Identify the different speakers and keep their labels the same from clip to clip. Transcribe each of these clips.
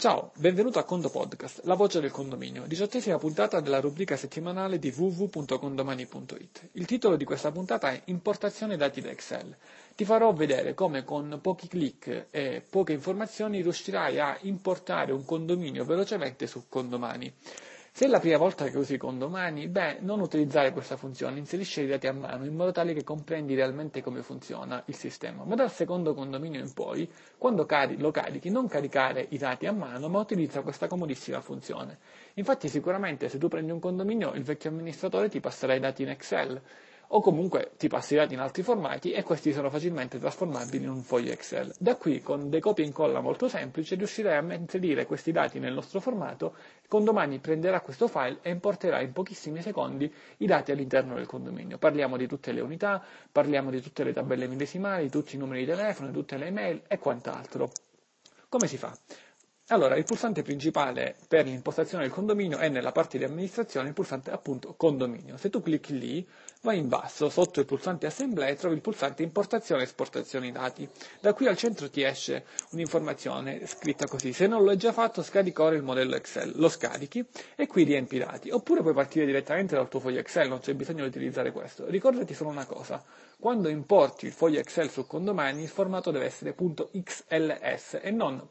Speaker 1: Ciao, benvenuto a Condo Podcast, la voce del condominio, 18ª puntata della rubrica settimanale di www.condomani.it. Il titolo di questa puntata è Importazione dati da Excel. Ti farò vedere come con pochi clic e poche informazioni riuscirai a importare un condominio velocemente su Condomani. Se è la prima volta che usi Condomani, non utilizzare questa funzione, inserisci i dati a mano in modo tale che comprendi realmente come funziona il sistema. Ma dal secondo condominio in poi, quando lo carichi, non caricare i dati a mano, ma utilizza questa comodissima funzione. Infatti sicuramente se tu prendi un condominio, il vecchio amministratore ti passerà i dati in Excel, o comunque ti passi i dati in altri formati e questi sono facilmente trasformabili in un foglio Excel. Da qui, con dei copia e incolla molto semplici, riuscirai a inserire questi dati nel nostro formato. Condomani prenderà questo file e importerà in pochissimi secondi i dati all'interno del condominio. Parliamo di tutte le unità, parliamo di tutte le tabelle medesimali, tutti i numeri di telefono, tutte le email e quant'altro. Come si fa? Allora, il pulsante principale per l'impostazione del condominio è nella parte di amministrazione il pulsante appunto condominio. Se tu clicchi lì, vai in basso, sotto il pulsante assemblea e trovi il pulsante importazione e esportazione dati. Da qui al centro ti esce un'informazione scritta così: se non l'hai già fatto, scarica ora il modello Excel, lo scarichi e qui riempi i dati. Oppure puoi partire direttamente dal tuo foglio Excel, non c'è bisogno di utilizzare questo. Ricordati solo una cosa: quando importi il foglio Excel su Condomani, il formato deve essere .xls e non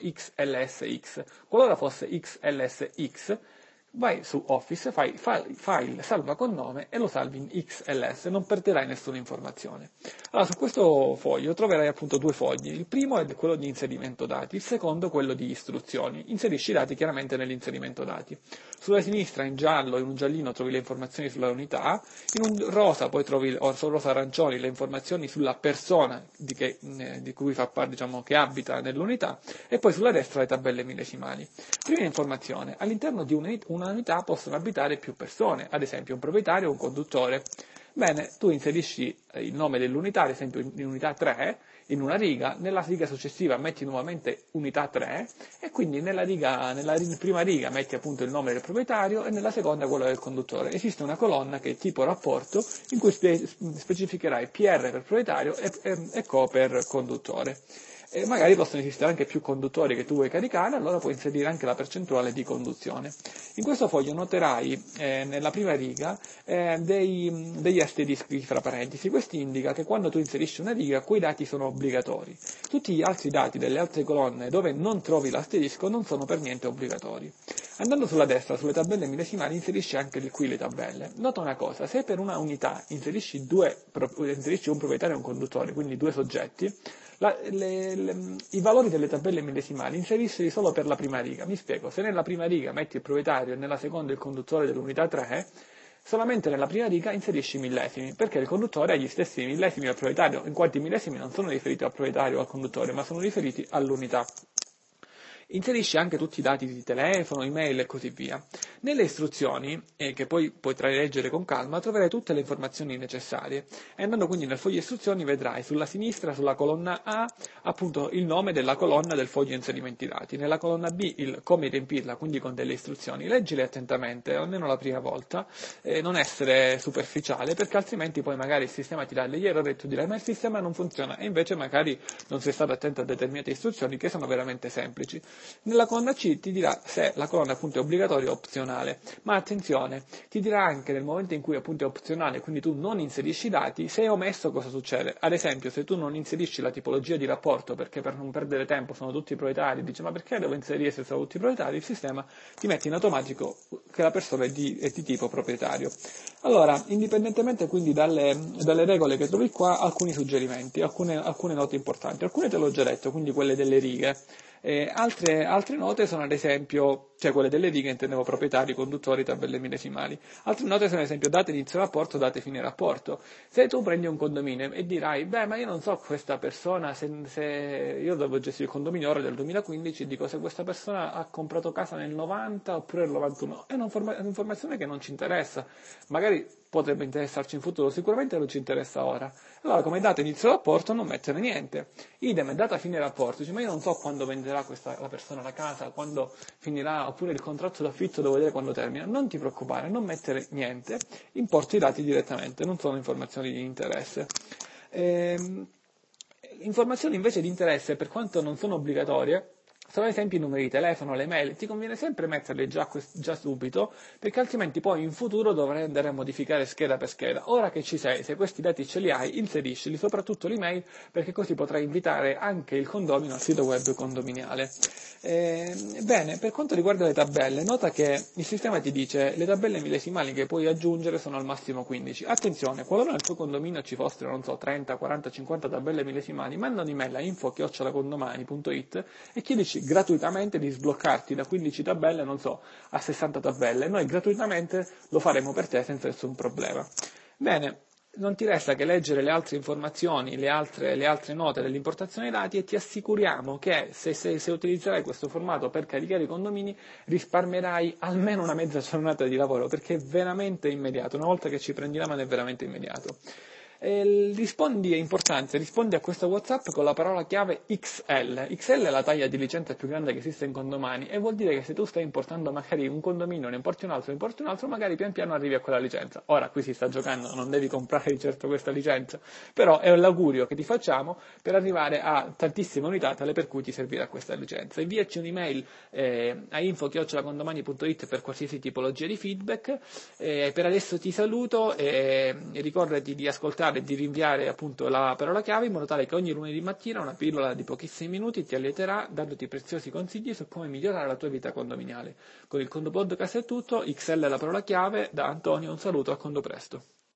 Speaker 1: .xlsx. Qualora fosse xlsx, vai su Office, fai file, salva con nome e lo salvi in XLS, non perderai nessuna informazione. Allora, su questo foglio troverai appunto due fogli. Il primo è quello di inserimento dati, il secondo quello di istruzioni. Inserisci i dati chiaramente nell'inserimento dati. Sulla sinistra in giallo, in un giallino, trovi le informazioni sulla unità, in un rosa poi trovi, o sul rosa arancioni, le informazioni sulla persona di cui fa parte, diciamo, che abita nell'unità, e poi sulla destra le tabelle millesimali. Prima informazione: all'interno di una unità possono abitare più persone, ad esempio un proprietario o un conduttore. Bene, tu inserisci il nome dell'unità, ad esempio in unità 3, in una riga, nella riga successiva metti nuovamente unità 3 e quindi nella prima riga metti appunto il nome del proprietario e nella seconda quello del conduttore. Esiste una colonna che è tipo rapporto in cui specificherai PR per proprietario e CO per conduttore. E magari possono esistere anche più conduttori che tu vuoi caricare, allora puoi inserire anche la percentuale di conduzione. In questo foglio noterai nella prima riga degli asterischi fra parentesi. Questo indica che quando tu inserisci una riga, quei dati sono obbligatori. Tutti gli altri dati delle altre colonne dove non trovi l'asterisco non sono per niente obbligatori. Andando sulla destra, sulle tabelle millesimali, inserisci anche qui le tabelle. Nota una cosa: se per una unità inserisci un proprietario e un conduttore, quindi due soggetti, i valori delle tabelle millesimali inserisci solo per la prima riga. Mi spiego: se nella prima riga metti il proprietario e nella seconda il conduttore dell'unità 3, solamente nella prima riga inserisci i millesimi, perché il conduttore ha gli stessi millesimi del proprietario, in quanto i millesimi non sono riferiti al proprietario o al conduttore, ma sono riferiti all'unità. Inserisci anche tutti i dati di telefono, email e così via. Nelle istruzioni, che poi potrai leggere con calma, troverai tutte le informazioni necessarie. E andando quindi nel foglio istruzioni vedrai sulla sinistra, sulla colonna A, appunto il nome della colonna del foglio inserimenti dati. Nella colonna B il come riempirla, quindi con delle istruzioni. Leggile attentamente, almeno la prima volta, non essere superficiale, perché altrimenti poi magari il sistema ti dà degli errori e tu dirai: ma il sistema non funziona, e invece magari non sei stato attento a determinate istruzioni che sono veramente semplici. Nella colonna C ti dirà se la colonna appunto è obbligatoria o opzionale, ma attenzione, ti dirà anche nel momento in cui appunto è opzionale, quindi tu non inserisci i dati, se è omesso cosa succede. Ad esempio, se tu non inserisci la tipologia di rapporto perché per non perdere tempo sono tutti proprietari, dici: ma perché devo inserire se sono tutti proprietari? Il sistema ti mette in automatico che la persona è di tipo proprietario. Allora, indipendentemente quindi dalle regole che trovi qua, alcuni suggerimenti, alcune note importanti. Alcune te l'ho già detto, quindi quelle delle righe. Altre note sono ad esempio, cioè quelle delle righe intendevo proprietari, conduttori, tabelle millesimali. Altre note sono ad esempio date inizio rapporto, date fine rapporto. Se tu prendi un condominio e dirai: ma io non so questa persona, se io devo gestire il condominio ora del 2015, dico se questa persona ha comprato casa nel 90 oppure nel 91, è un'informazione che non ci interessa. Magari potrebbe interessarci in futuro, sicuramente non ci interessa ora. Allora, come data inizio rapporto non mettere niente. Idem, data fine rapporto, dici: ma io non so quando venderà la persona la casa, quando finirà, oppure il contratto d'affitto devo vedere quando termina. Non ti preoccupare, non mettere niente, importi i dati direttamente, non sono informazioni di interesse. Informazioni invece di interesse, per quanto non sono obbligatorie, Sono ad esempio i numeri di telefono, le mail, ti conviene sempre metterli già subito, perché altrimenti poi in futuro dovrai andare a modificare scheda per scheda. Ora che ci sei, se questi dati ce li hai, inseriscili, soprattutto l'email, perché così potrai invitare anche il condomino al sito web condominiale. Bene, per quanto riguarda le tabelle, nota che il sistema ti dice le tabelle millesimali che puoi aggiungere sono al massimo 15. Attenzione, qualora nel tuo condominio ci fossero, non so, 30, 40, 50 tabelle millesimali, manda un'email a info@condomani.it e chiedici gratuitamente di sbloccarti da 15 tabelle, non so, a 60 tabelle. Noi gratuitamente lo faremo per te senza nessun problema. Bene, non ti resta che leggere le altre informazioni, le altre note dell'importazione dei dati, e ti assicuriamo che se utilizzerai questo formato per caricare i condomini risparmierai almeno una mezza giornata di lavoro, perché è veramente immediato. Una volta che ci prendi la mano è veramente immediato. Rispondi a questo WhatsApp con la parola chiave XL. XL è la taglia di licenza più grande che esiste in condomani, e vuol dire che se tu stai importando magari un condominio, ne importi un altro, magari pian piano arrivi a quella licenza. Ora qui si sta giocando, non devi comprare di certo questa licenza, però è l'augurio che ti facciamo per arrivare a tantissime unità tale per cui ti servirà questa licenza. Inviaci un'email a info@condomani.it per qualsiasi tipologia di feedback. Per adesso ti saluto e ricordati di ascoltare e di rinviare appunto la parola chiave, in modo tale che ogni lunedì mattina una pillola di pochissimi minuti ti allieterà, dandoti preziosi consigli su come migliorare la tua vita condominiale. Con il Condo Podcast è tutto. XL è la parola chiave. Da Antonio un saluto, a Condo presto.